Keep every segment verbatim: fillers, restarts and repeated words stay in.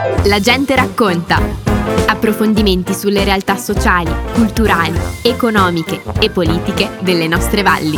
La gente racconta. Approfondimenti sulle realtà sociali, culturali, economiche e politiche delle nostre valli.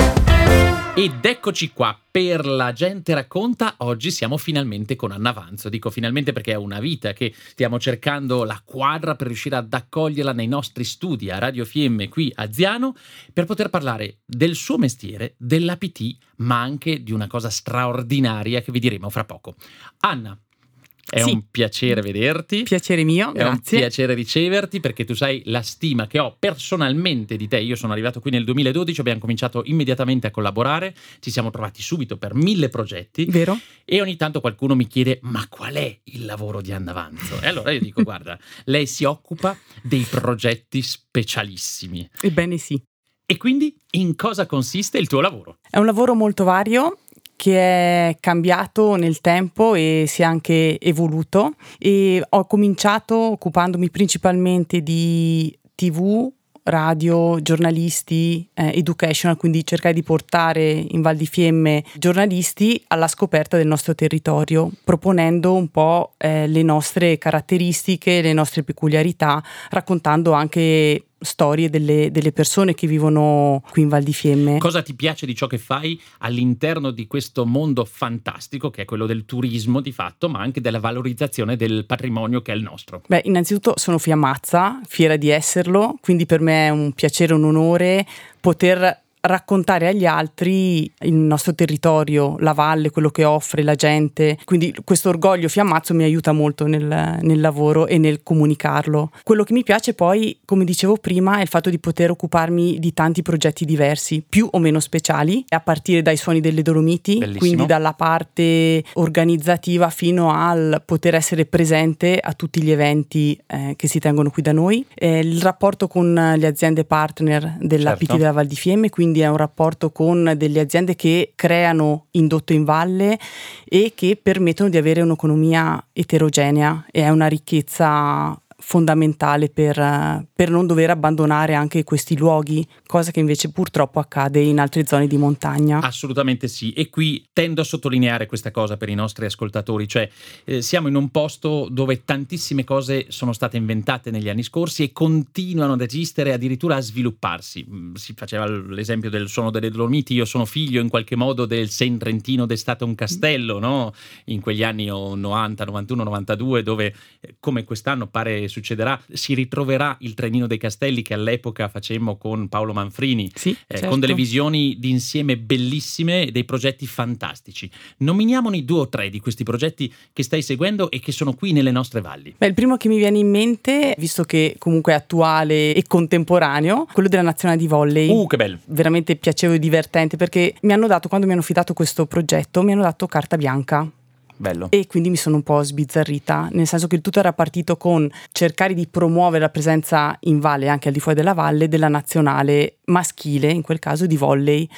Ed eccoci qua, per La gente racconta, oggi siamo finalmente con Anna Vanzo. Dico finalmente perché è una vita che stiamo cercando la quadra per riuscire ad accoglierla nei nostri studi a Radio Fiemme qui a Ziano, per poter parlare del suo mestiere, dell'A P T, ma anche di una cosa straordinaria che vi diremo fra poco. Anna, è Sì. un piacere vederti. Piacere mio, È un grazie. piacere riceverti, perché tu sai la stima che ho personalmente di te. Io sono arrivato qui nel duemiladodici, abbiamo cominciato immediatamente a collaborare, ci siamo trovati subito per mille progetti. Vero? E ogni tanto qualcuno mi chiede: ma qual è il lavoro di Anna Vanzo? E allora io dico: guarda, lei si occupa dei progetti specialissimi. Ebbene sì. E quindi in cosa consiste il tuo lavoro? È un lavoro molto vario, che è cambiato nel tempo e si è anche evoluto, e ho cominciato occupandomi principalmente di tivù, radio, giornalisti, eh, educational, quindi cercare di portare in Val di Fiemme giornalisti alla scoperta del nostro territorio, proponendo un po' eh, le nostre caratteristiche, le nostre peculiarità, raccontando anche storie delle, delle persone che vivono qui in Val di Fiemme. Cosa ti piace di ciò che fai all'interno di questo mondo fantastico che è quello del turismo di fatto, ma anche della valorizzazione del patrimonio che è il nostro? Beh, innanzitutto sono fiammazza, fiera di esserlo, quindi per me è un piacere, un onore poter raccontare agli altri il nostro territorio, la valle, quello che offre, la gente. Quindi questo orgoglio fiammazzo mi aiuta molto nel, nel lavoro e nel comunicarlo. Quello che mi piace poi, come dicevo prima, è il fatto di poter occuparmi di tanti progetti diversi, più o meno speciali, a partire dai Suoni delle Dolomiti. Bellissimo. Quindi dalla parte organizzativa fino al poter essere presente a tutti gli eventi eh, che si tengono qui da noi. Eh, il rapporto con le aziende partner dell'A P T Certo. della Val di Fiemme, quindi è un rapporto con delle aziende che creano indotto in valle e che permettono di avere un'economia eterogenea, e è una ricchezza fondamentale per, per non dover abbandonare anche questi luoghi, cosa che invece purtroppo accade in altre zone di montagna. Assolutamente sì, e qui tendo a sottolineare questa cosa per i nostri ascoltatori, cioè eh, siamo in un posto dove tantissime cose sono state inventate negli anni scorsi e continuano ad esistere, addirittura a svilupparsi. Mm, Si faceva l'esempio del Suono delle Dolomiti. Io sono figlio in qualche modo del Sen Trentino d'Estate un Castello, no? In quegli anni novanta, novantuno, novantadue, dove eh, come quest'anno pare succederà, si ritroverà il Trenino dei Castelli che all'epoca facemmo con Paolo Manfrini, Sì, eh, certo. con delle visioni d'insieme bellissime, dei progetti fantastici. Nominiamone due o tre di questi progetti che stai seguendo e che sono qui nelle nostre valli. Beh, il primo che mi viene in mente, visto che comunque è attuale e contemporaneo, quello della nazionale di volley. Uh, che bello! Veramente piacevole e divertente, perché mi hanno dato, quando mi hanno affidato questo progetto, mi hanno dato carta bianca. Bello. E quindi mi sono un po' sbizzarrita, nel senso che il tutto era partito con cercare di promuovere la presenza in valle, anche al di fuori della valle, della nazionale maschile, in quel caso di volley.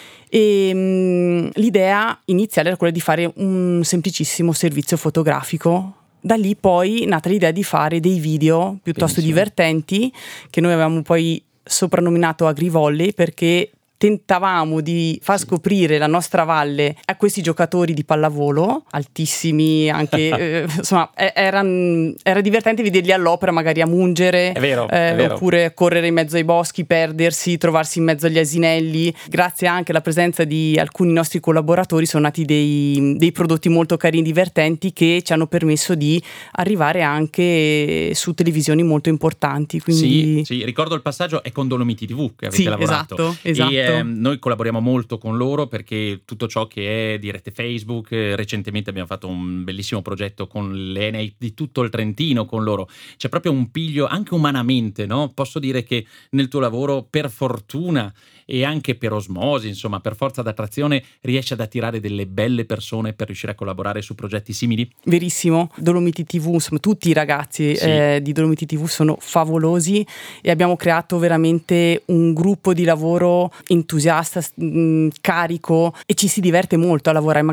E mh, l'idea iniziale era quella di fare un semplicissimo servizio fotografico. Da lì poi è nata l'idea di fare dei video piuttosto Benissimo. divertenti, che noi avevamo poi soprannominato Agrivolley, perché tentavamo di far scoprire la nostra valle a questi giocatori di pallavolo altissimi, anche eh, insomma eh, era, era divertente vederli all'opera, magari a mungere, È vero, eh, è vero. oppure correre in mezzo ai boschi, perdersi, trovarsi in mezzo agli asinelli. Grazie anche alla presenza di alcuni nostri collaboratori sono nati dei, dei prodotti molto carini, divertenti, che ci hanno permesso di arrivare anche su televisioni molto importanti. Quindi Sì, sì, ricordo il passaggio è con Dolomiti tivù che avete Sì, lavorato. esatto, esatto. E eh, noi collaboriamo molto con loro, perché tutto ciò che è di rete Facebook, eh, recentemente abbiamo fatto un bellissimo progetto con l'E N A I di tutto il Trentino con loro. C'è proprio un piglio anche umanamente, no? Posso dire che nel tuo lavoro, per fortuna e anche per osmosi, insomma per forza d'attrazione, riesci ad attirare delle belle persone per riuscire a collaborare su progetti simili? Verissimo, Dolomiti tivù, insomma tutti i ragazzi Sì. eh, di Dolomiti tivù sono favolosi, e abbiamo creato veramente un gruppo di lavoro entusiasta, mh, carico, e ci si diverte molto a lavorare. Magari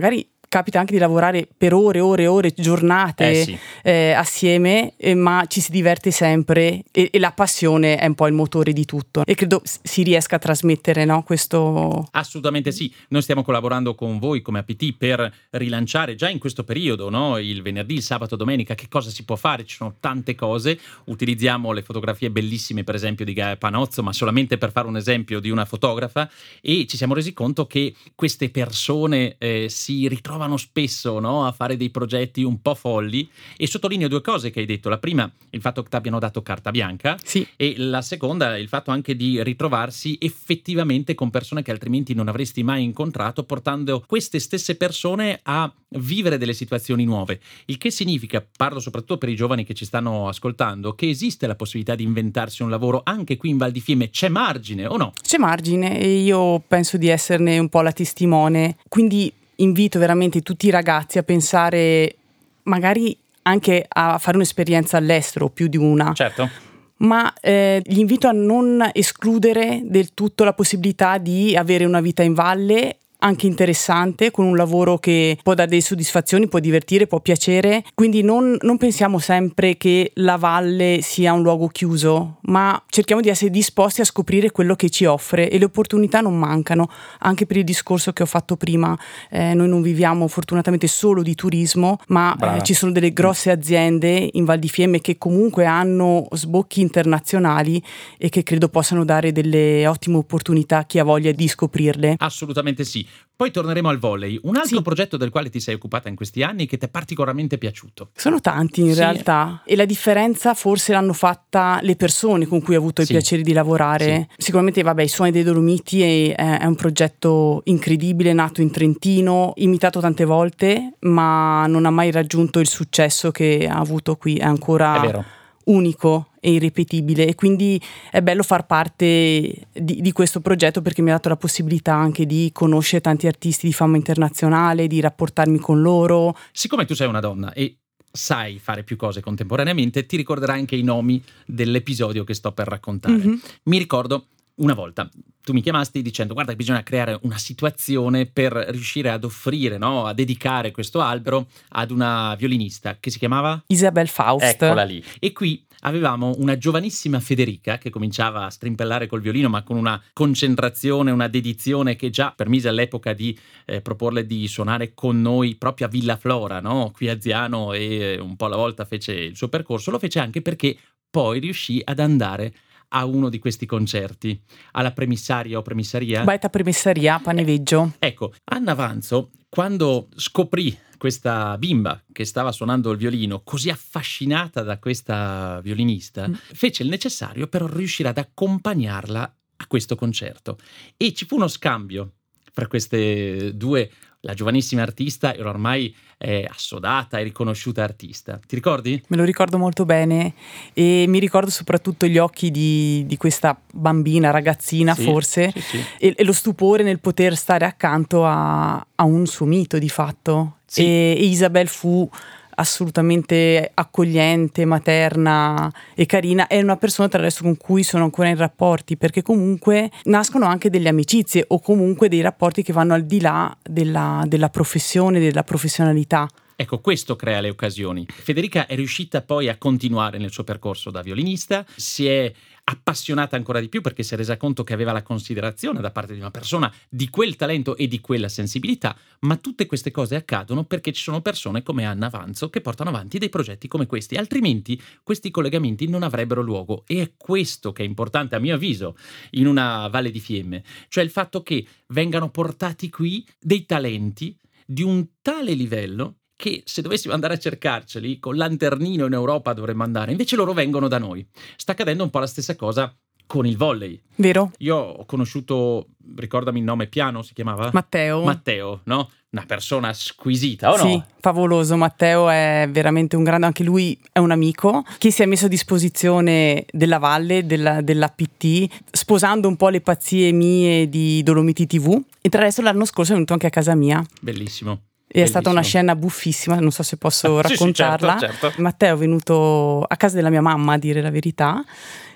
capita anche di lavorare per ore, ore, ore, giornate Eh sì. eh, assieme, eh, ma ci si diverte sempre e, e la passione è un po' il motore di tutto e credo s- si riesca a trasmettere, no, questo. Assolutamente sì, noi stiamo collaborando con voi come A P T per rilanciare già in questo periodo, no? Il venerdì, il sabato, domenica, che cosa si può fare? Ci sono tante cose, utilizziamo le fotografie bellissime per esempio di Gaia Panozzo, ma solamente per fare un esempio di una fotografa, e ci siamo resi conto che queste persone eh, si ritrovano spesso, no? A fare dei progetti un po' folli, e sottolineo due cose che hai detto: la prima, il fatto che ti abbiano dato carta bianca, Sì. e la seconda, il fatto anche di ritrovarsi effettivamente con persone che altrimenti non avresti mai incontrato, portando queste stesse persone a vivere delle situazioni nuove. Il che significa, parlo soprattutto per i giovani che ci stanno ascoltando, che esiste la possibilità di inventarsi un lavoro anche qui in Val di Fiemme. C'è margine o no? C'è margine e io penso di esserne un po' la testimone, quindi invito veramente tutti i ragazzi a pensare magari anche a fare un'esperienza all'estero, più di una. Certo. Ma eh, gli invito a non escludere del tutto la possibilità di avere una vita in valle anche interessante, con un lavoro che può dare delle soddisfazioni, può divertire, può piacere. Quindi non, non pensiamo sempre che la valle sia un luogo chiuso, ma cerchiamo di essere disposti a scoprire quello che ci offre, e le opportunità non mancano. Anche per il discorso che ho fatto prima, eh, noi non viviamo fortunatamente solo di turismo, ma eh, ci sono delle grosse aziende in Val di Fiemme che comunque hanno sbocchi internazionali e che credo possano dare delle ottime opportunità a chi ha voglia di scoprirle. Assolutamente sì. Poi torneremo al volley. Un altro Sì. progetto del quale ti sei occupata in questi anni che ti è particolarmente piaciuto? Sono tanti in Sì. realtà, e la differenza forse l'hanno fatta le persone con cui ho avuto Sì. il piacere di lavorare. Sicuramente, vabbè, i Suoni dei Dolomiti è, è un progetto incredibile, nato in Trentino, imitato tante volte, ma non ha mai raggiunto il successo che ha avuto qui. È ancora È vero. unico e irripetibile, e quindi è bello far parte di, di questo progetto, perché mi ha dato la possibilità anche di conoscere tanti artisti di fama internazionale, di rapportarmi con loro. Siccome tu sei una donna e sai fare più cose contemporaneamente, ti ricorderai anche i nomi dell'episodio che sto per raccontare. Mm-hmm. Mi ricordo una volta tu mi chiamasti dicendo: guarda, bisogna creare una situazione per riuscire ad offrire, no, a dedicare questo albero ad una violinista che si chiamava Isabel Faust. Eccola lì. E qui avevamo una giovanissima Federica che cominciava a strimpellare col violino, ma con una concentrazione, una dedizione che già permise all'epoca di eh, proporle di suonare con noi proprio a Villa Flora, no? Qui a Ziano, e un po' alla volta fece il suo percorso. Lo fece anche perché poi riuscì ad andare a uno di questi concerti, alla premissaria o premissaria? Baita Premissaria, Paneveggio. Ecco, Anna Vanzo, quando scoprì questa bimba che stava suonando il violino, così affascinata da questa violinista, mm. fece il necessario per riuscire ad accompagnarla a questo concerto. E ci fu uno scambio fra queste due, la giovanissima artista e ormai eh, assodata e riconosciuta artista. Ti ricordi? Me lo ricordo molto bene, e mi ricordo soprattutto gli occhi di, di questa bambina, ragazzina sì, forse, sì, sì. E, e lo stupore nel poter stare accanto a, a un suo mito di fatto. Sì. E, e Isabel fu assolutamente accogliente, materna e carina. È una persona tra l'altro con cui sono ancora in rapporti, perché comunque nascono anche delle amicizie, o comunque dei rapporti che vanno al di là della, della professione, della professionalità. Ecco, questo crea le occasioni. Federica è riuscita poi a continuare nel suo percorso da violinista, si è appassionata ancora di più perché si è resa conto che aveva la considerazione da parte di una persona di quel talento e di quella sensibilità, ma tutte queste cose accadono perché ci sono persone come Anna Vanzo che portano avanti dei progetti come questi, altrimenti questi collegamenti non avrebbero luogo. E è questo che è importante, a mio avviso, in una Valle di Fiemme, cioè il fatto che vengano portati qui dei talenti di un tale livello che se dovessimo andare a cercarceli con lanternino in Europa dovremmo andare, invece loro vengono da noi. Sta accadendo un po' la stessa cosa con il volley. Vero? Io ho conosciuto, ricordami il nome, Piano si chiamava? Matteo. Matteo, no? Una persona squisita, o no? Sì, favoloso. Matteo è veramente un grande, anche lui è un amico che si è messo a disposizione della Valle, della, dell'A P T, sposando un po' le pazzie mie di Dolomiti tivù, e tra l'altro l'anno scorso è venuto anche a casa mia. Bellissimo. E è stata una scena buffissima, non so se posso sì, raccontarla. sì, certo, certo. Matteo è venuto a casa della mia mamma, a dire la verità,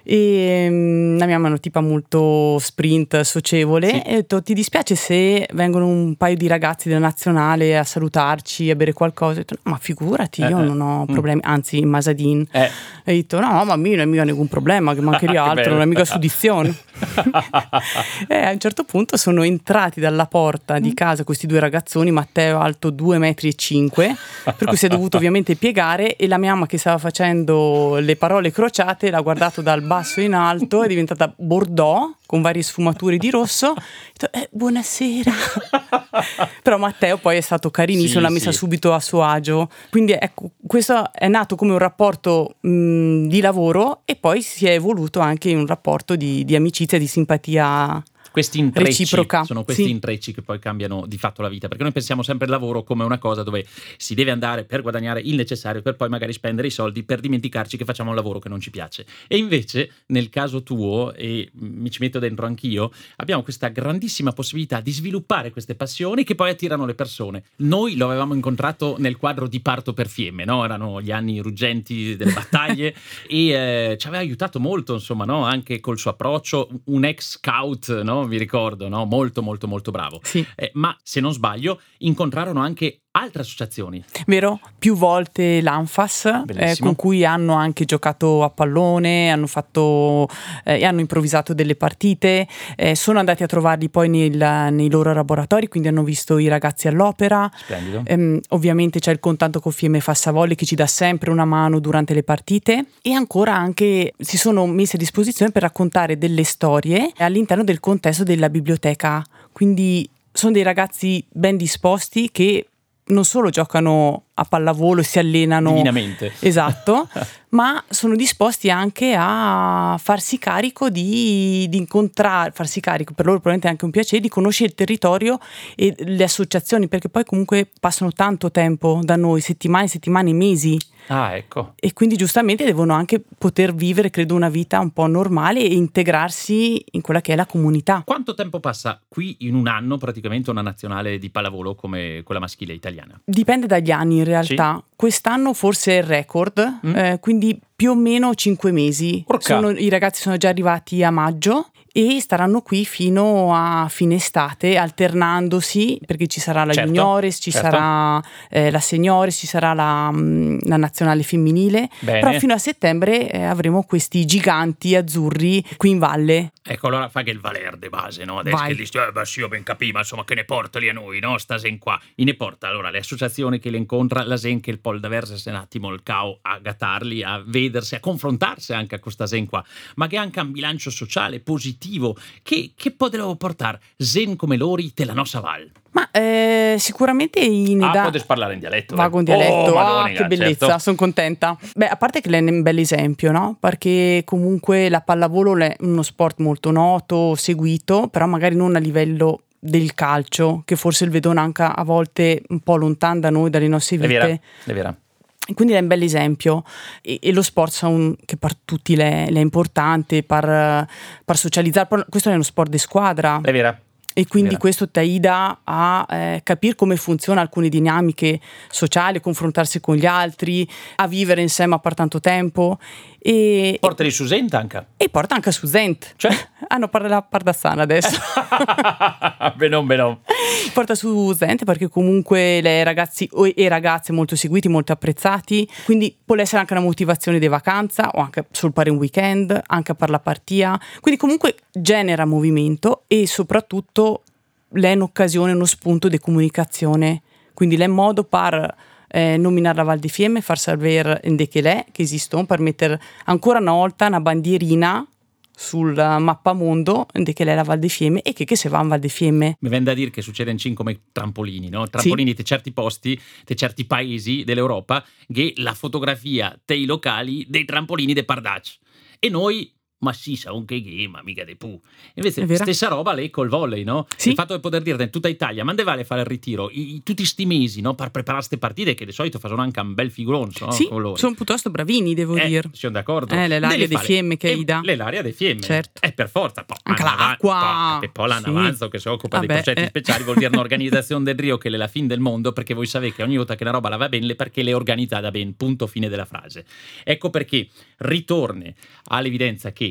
e um, la mia mamma è una tipa molto sprint, socievole, Sì. e ho detto: ti dispiace se vengono un paio di ragazzi della nazionale a salutarci, a bere qualcosa? Ho detto: no, ma figurati, Eh, io eh. non ho Mm. problemi, anzi in Masadin. Eh. E ho detto: no, ma io non è mica nessun problema, che mancheria Che altro, bello. non è mica sudizione. E a un certo punto sono entrati dalla porta di casa questi due ragazzoni, Matteo alto due metri e cinque, per cui si è dovuto ovviamente piegare, e la mia mamma, che stava facendo le parole crociate, l'ha guardato dal basso in alto, è diventata bordeaux con varie sfumature di rosso. Ho detto: eh, buonasera. Però Matteo poi è stato carinissimo, Sì, l'ha messa sì. subito a suo agio, quindi ecco, questo è nato come un rapporto mh, di lavoro, e poi si è evoluto anche in un rapporto di, di amicizia, di simpatia Questi intrecci reciproca. sono questi Sì. intrecci che poi cambiano di fatto la vita, perché noi pensiamo sempre al lavoro come una cosa dove si deve andare per guadagnare il necessario per poi magari spendere i soldi per dimenticarci che facciamo un lavoro che non ci piace. E invece nel caso tuo, e mi ci metto dentro anch'io, abbiamo questa grandissima possibilità di sviluppare queste passioni che poi attirano le persone. Noi lo avevamo incontrato nel quadro di Parto per Fiemme, no? Erano gli anni ruggenti delle battaglie e eh, ci aveva aiutato molto, insomma, no? Anche col suo approccio, un ex scout, no? Vi ricordo, no? Molto molto molto bravo. Sì. Eh, ma se non sbaglio incontrarono anche altre associazioni. Vero? Più volte l'Anfas, eh, Bellissimo. con cui hanno anche giocato a pallone, hanno fatto eh, e hanno improvvisato delle partite, eh, sono andati a trovarli poi nel- nei loro laboratori, quindi hanno visto i ragazzi all'opera. Splendido. Ehm, ovviamente c'è il contatto con Fiemme Fassavolli, che ci dà sempre una mano durante le partite, e ancora anche si sono messi a disposizione per raccontare delle storie all'interno del contesto della biblioteca, quindi sono dei ragazzi ben disposti che non solo giocano a pallavolo e si allenano Divinamente. esatto, ma sono disposti anche a farsi carico di, di incontrare, farsi carico, per loro probabilmente è anche un piacere, di conoscere il territorio e le associazioni, perché poi comunque passano tanto tempo da noi, settimane, settimane, mesi, Ah, ecco. e quindi giustamente devono anche poter vivere, credo, una vita un po' normale e integrarsi in quella che è la comunità. Quanto tempo passa qui in un anno praticamente una nazionale di pallavolo come quella maschile italiana? Dipende dagli anni in realtà. Quest'anno forse è il record, Mm. eh, quindi più o meno cinque mesi. Porca. Sono- I ragazzi sono già arrivati a maggio e staranno qui fino a fine estate, alternandosi, perché ci sarà la Certo, juniores, ci certo. sarà eh, la seniores, ci sarà la, mm, la nazionale femminile. Bene. Però fino a settembre eh, avremo questi giganti azzurri qui in valle. Ecco, allora fa che il Valer de base, no? Adesso Vai. che dici, eh, beh, sì, io ben capì, ma insomma, che ne porta lì a noi, no? Sta sen qua. E ne porta, allora, le associazioni che le incontra, la sen che il pol da verse un attimo il cao a gattarli, a vedersi, a confrontarsi anche a questa sen qua, ma che ha anche un bilancio sociale positivo, che, che potrebbero portare sen come lori te la nostra val. Ma eh, sicuramente in Ah, età... potete parlare in dialetto. Vago in eh. dialetto, Oh, ah, Madonna, che bellezza, certo. sono contenta. Beh, a parte che lei è un bel esempio, no? Perché comunque la pallavolo è uno sport molto noto, seguito, però magari non a livello del calcio, che forse il vedono anche a volte un po' lontano da noi, dalle nostre È vite. vera, è vera. E quindi è un bel esempio, e, e lo sport sa un- che per tutti le, le è importante per, per socializzare. Poi questo è uno sport di squadra. È vera. E quindi Vera. questo ti aiuta a eh, capire come funzionano alcune dinamiche sociali, confrontarsi con gli altri, a vivere insieme per tanto tempo, e, Portali su Senta anche. e porta anche su Zent. Cioè? Hanno parlato la pardassana adesso. Benon, benon. Porta su Zent perché comunque le ragazzi o- e ragazze molto seguiti, molto apprezzati, quindi può essere anche una motivazione di vacanza o anche sul fare un weekend, anche per la partia, quindi comunque genera movimento e soprattutto l'è un'occasione, uno spunto di comunicazione, quindi l'è modo per eh, nominare la Val di Fiemme, far sapere che l'è, che esistono, per mettere ancora una volta una bandierina sul mappamondo che è la Val di Fiemme e che, che se va in Val di Fiemme. Mi viene da dire che succede in cin come trampolini, no? Trampolini di certi posti, di certi paesi dell'Europa, che la fotografia dei locali dei trampolini de Pardac. E noi, ma sì, sa un che che, ma mica de pu. Invece, È vera. stessa roba lei col volley, no? Sì. Il fatto di poter dire in tutta Italia, ma deve vale fare il ritiro, I, i- tutti sti mesi, no? Per preparare queste partite che di solito fanno anche un bel figurone, no? Sì, Con loro. sono piuttosto bravini, devo Eh, dire. siamo d'accordo. Eh, le l'aria Deve dei fare- fiemme che eh, gli dà. le l'aria dei fiemme. Certo. Eh, per forza. Poi, Anche Anna l'acqua. Avan- poi- poi l'Anna Sì. Avanzo che si occupa Vabbè, dei progetti eh. speciali vuol dire un'organizzazione del Rio che è la fin del mondo, perché voi sapete che ogni volta che una roba la va bene perché le organizza da ben, punto fine della frase. Ecco perché ritorne all'evidenza che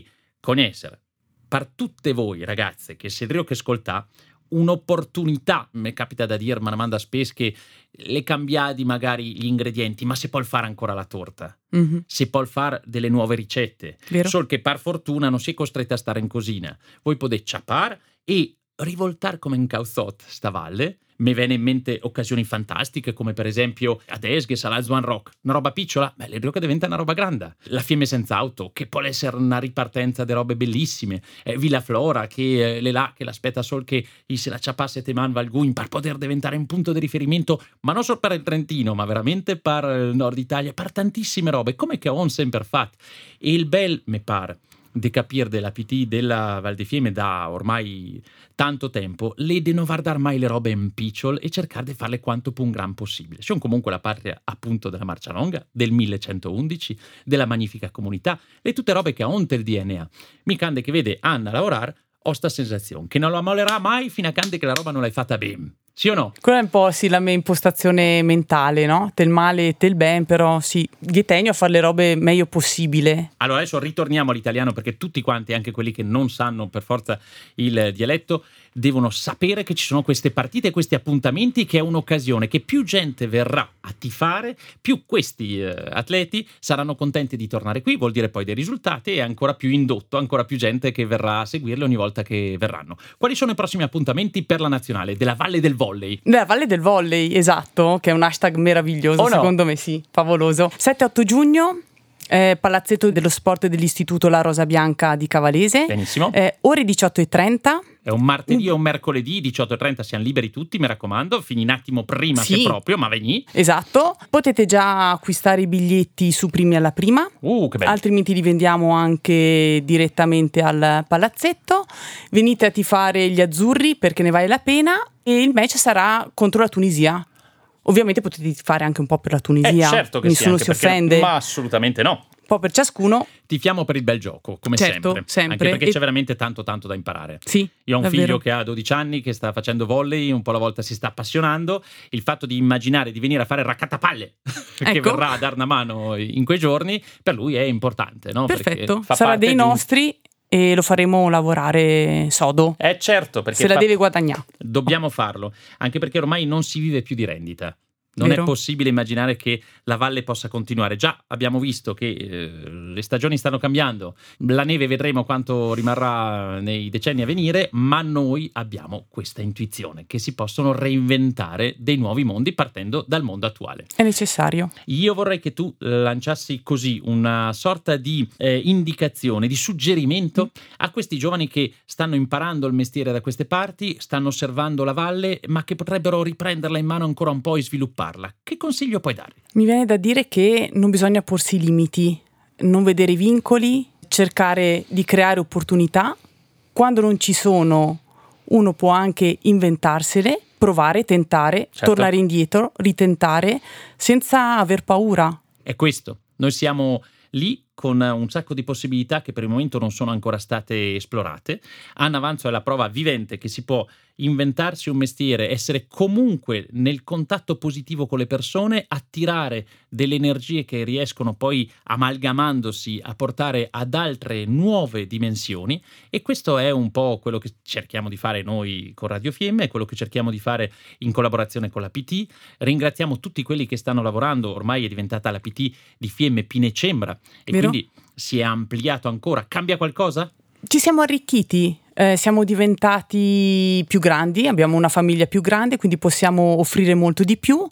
conoscere per tutte voi ragazze che siete che ascolta un'opportunità, mi capita da dire, ma ne manda spesso che le cambiati magari gli ingredienti, ma si può fare ancora la torta, mm-hmm. si può fare delle nuove ricette, Vero. Solo che per fortuna non si è costretti a stare in cosina, voi potete ciappare e rivoltare come in cauzot sta valle. Mi viene in mente occasioni fantastiche come per esempio ad Esges all'Alzwan Rock, una roba picciola, ma l'Edrio che diventa una roba grande. La Fiemme senza auto, che può essere una ripartenza di robe bellissime. Eh, Villa Flora, che eh, le là, che l'aspetta solo che se la ciapasse te man valguin per poter diventare un punto di riferimento, ma non solo per il Trentino, ma veramente per il Nord Italia, per tantissime robe, come che on sempre fatto. E il bel, me pare, di capire della P T della Val di Fiemme da ormai tanto tempo, le de non guardare mai le robe in picciol e cercare di farle quanto più un gran possibile. Sono comunque la patria appunto della Marcia Longa, del millecentoundici, della magnifica comunità, le tutte robe che ha onte il D N A. Mi cande che vede Anna lavorare, ho sta sensazione che non la mollerà mai fino a cande che la roba non l'hai fatta bene. Sì o no? Quella è un po' sì la mia impostazione mentale, no? Tel male e tel ben, però sì, ghietegno a fare le robe meglio possibile. Allora adesso ritorniamo all'italiano perché tutti quanti, anche quelli che non sanno per forza il dialetto, devono sapere che ci sono queste partite e questi appuntamenti, che è un'occasione che più gente verrà a tifare, più questi eh, atleti saranno contenti di tornare qui, vuol dire poi dei risultati e ancora più indotto, ancora più gente che verrà a seguirli ogni volta che verranno. Quali sono i prossimi appuntamenti per la nazionale della Valle del Volley? La Valle del Volley, esatto, che è un hashtag meraviglioso, Oh no. Secondo me sì, favoloso. sette otto giugno, eh, Palazzetto dello Sport dell'Istituto La Rosa Bianca di Cavalese. Benissimo. Eh, ore diciotto e trenta. È un martedì o un mercoledì, diciotto e trenta, siamo liberi tutti, mi raccomando, fini un attimo prima Sì. se proprio, ma veni. Esatto, potete già acquistare i biglietti su Primi alla Prima. Uh, che bello. Altrimenti li vendiamo anche direttamente al palazzetto. Venite a tifare gli azzurri perché ne vale la pena e il match sarà contro la Tunisia. Ovviamente potete tifare anche un po' per la Tunisia, Eh, certo che nessuno sì, si anche perché- offende, Ma assolutamente no. un po' per ciascuno. Tifiamo per il bel gioco, come Certo, sempre. sempre. Anche perché E- c'è veramente tanto tanto da imparare. Sì, Io ho un davvero. figlio che ha dodici anni, che sta facendo volley, un po' alla volta si sta appassionando. Il fatto di immaginare di venire a fare raccattapalle, che Ecco. verrà a dare una mano in quei giorni, per lui è importante, no? Perché Perfetto, fa sarà parte dei di un- nostri e lo faremo lavorare sodo. Eh certo, perché Se la fa- deve guadagnare. dobbiamo farlo, anche perché ormai non si vive più di rendita. Non Vero. è possibile immaginare che la valle possa continuare. Già abbiamo visto che eh, le stagioni stanno cambiando, la neve vedremo quanto rimarrà nei decenni a venire, ma noi abbiamo questa intuizione che si possono reinventare dei nuovi mondi partendo dal mondo attuale. È necessario. Io vorrei che tu lanciassi così una sorta di eh, indicazione, di suggerimento a questi giovani che stanno imparando il mestiere da queste parti, stanno osservando la valle, ma che potrebbero riprenderla in mano ancora un po' e svilupparla. Che consiglio puoi dargli? Mi viene da dire che non bisogna porsi limiti, non vedere vincoli, cercare di creare opportunità. Quando non ci sono, uno può anche inventarsele, provare, tentare, Certo. tornare indietro, ritentare, senza aver paura. È questo. Noi siamo lì con un sacco di possibilità che per il momento non sono ancora state esplorate. Anna Avanzo è la prova vivente che si può inventarsi un mestiere, essere comunque nel contatto positivo con le persone, attirare delle energie che riescono poi amalgamandosi a portare ad altre nuove dimensioni, e questo è un po' quello che cerchiamo di fare noi con Radio Fiemme, è quello che cerchiamo di fare in collaborazione con la P T. Ringraziamo tutti quelli che stanno lavorando, ormai è diventata la P T di Fiemme Pinecembra e Vero? quindi si è ampliato ancora. Cambia qualcosa? Ci siamo arricchiti, eh, siamo diventati più grandi, abbiamo una famiglia più grande, quindi possiamo offrire molto di più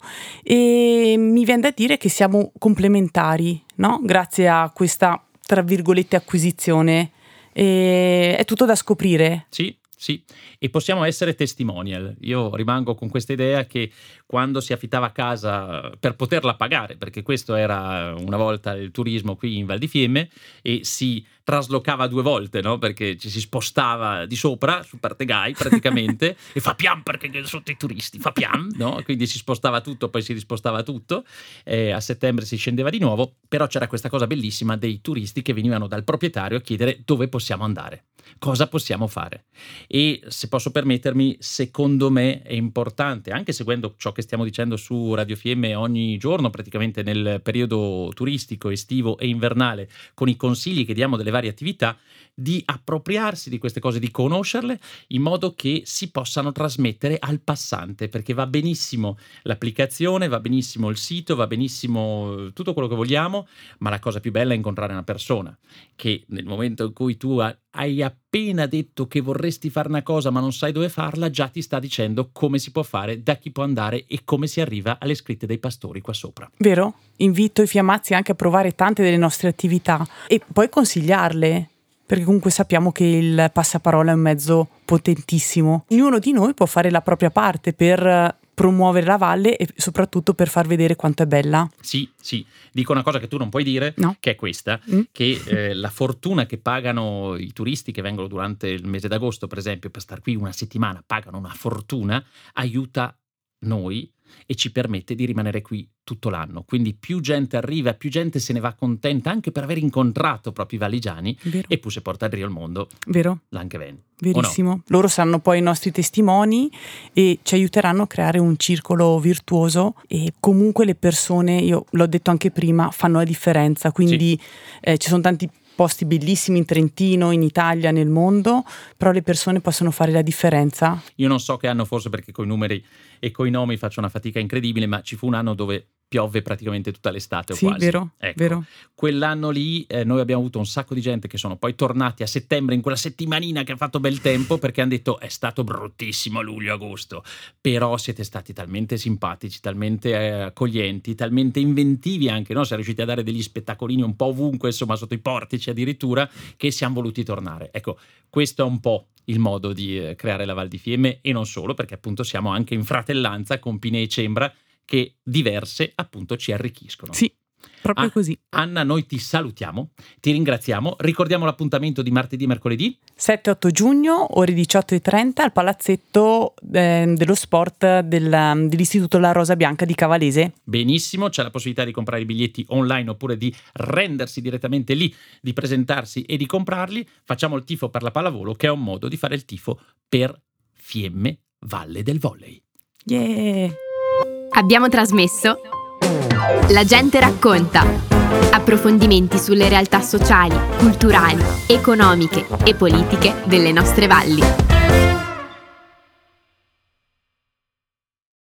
e mi viene da dire che siamo complementari, no? Grazie a questa, tra virgolette, acquisizione. E è tutto da scoprire. Sì, sì, e possiamo essere testimonial. Io rimango con questa idea che quando si affittava casa per poterla pagare, perché questo era una volta il turismo qui in Val di Fiemme, e si traslocava due volte, no? Perché ci si spostava di sopra su Partegai praticamente e fa pian perché sotto i turisti fa pian, no? Quindi si spostava tutto, poi si rispostava tutto, e a settembre si scendeva di nuovo, però c'era questa cosa bellissima dei turisti che venivano dal proprietario a chiedere dove possiamo andare, cosa possiamo fare. E se posso permettermi, secondo me è importante, anche seguendo ciò che che stiamo dicendo su Radio F M ogni giorno, praticamente nel periodo turistico, estivo e invernale, con i consigli che diamo delle varie attività, di appropriarsi di queste cose, di conoscerle in modo che si possano trasmettere al passante, perché va benissimo l'applicazione, va benissimo il sito, va benissimo tutto quello che vogliamo, ma la cosa più bella è incontrare una persona che nel momento in cui tu hai appena detto che vorresti fare una cosa ma non sai dove farla, già ti sta dicendo come si può fare, da chi può andare e come si arriva alle scritte dei pastori qua sopra. Vero? Invito i fiammazzi anche a provare tante delle nostre attività e poi consigliarle, perché comunque sappiamo che il passaparola è un mezzo potentissimo. Ognuno di noi può fare la propria parte per promuovere la valle e soprattutto per far vedere quanto è bella. Sì, sì. Dico una cosa che tu non puoi dire, no. che è questa, mm. che eh, la fortuna che pagano i turisti che vengono durante il mese d'agosto, per esempio, per star qui una settimana, pagano una fortuna, aiuta noi e ci permette di rimanere qui tutto l'anno. Quindi più gente arriva, più gente se ne va contenta anche per aver incontrato proprio i valligiani. Vero. E poi se porta il rio al mondo. Vero. L'anche ven. Verissimo. No? Loro saranno poi i nostri testimoni e ci aiuteranno a creare un circolo virtuoso e comunque le persone, io l'ho detto anche prima, fanno la differenza. Quindi sì. eh, ci sono tanti posti bellissimi in Trentino, in Italia, nel mondo, però le persone possono fare la differenza. Io non so che anno, forse perché coi numeri e coi nomi faccio una fatica incredibile, ma ci fu un anno dove piove praticamente tutta l'estate o sì, quasi. Vero, ecco. vero. Quell'anno lì eh, noi abbiamo avuto un sacco di gente che sono poi tornati a settembre, in quella settimanina che ha fatto bel tempo, perché hanno detto è stato bruttissimo luglio-agosto, però siete stati talmente simpatici, talmente eh, accoglienti, talmente inventivi anche, no? Siamo riusciti a dare degli spettacolini un po' ovunque, insomma sotto i portici addirittura, che siamo voluti tornare. Ecco, questo è un po' il modo di eh, creare la Val di Fiemme e non solo, perché appunto siamo anche in fratellanza con Pinè e Cembra, che diverse appunto ci arricchiscono. Sì, proprio ah, così. Anna, noi ti salutiamo, ti ringraziamo, ricordiamo l'appuntamento di martedì e mercoledì sette otto giugno, ore diciotto e trenta al palazzetto eh, dello sport del, dell'Istituto La Rosa Bianca di Cavalese. Benissimo, c'è la possibilità di comprare i biglietti online oppure di rendersi direttamente lì, di presentarsi e di comprarli. Facciamo il tifo per la pallavolo, che è un modo di fare il tifo per Fiemme Valle del Volley. Yeah! Abbiamo trasmesso La gente racconta. Approfondimenti sulle realtà sociali, culturali, economiche e politiche delle nostre valli.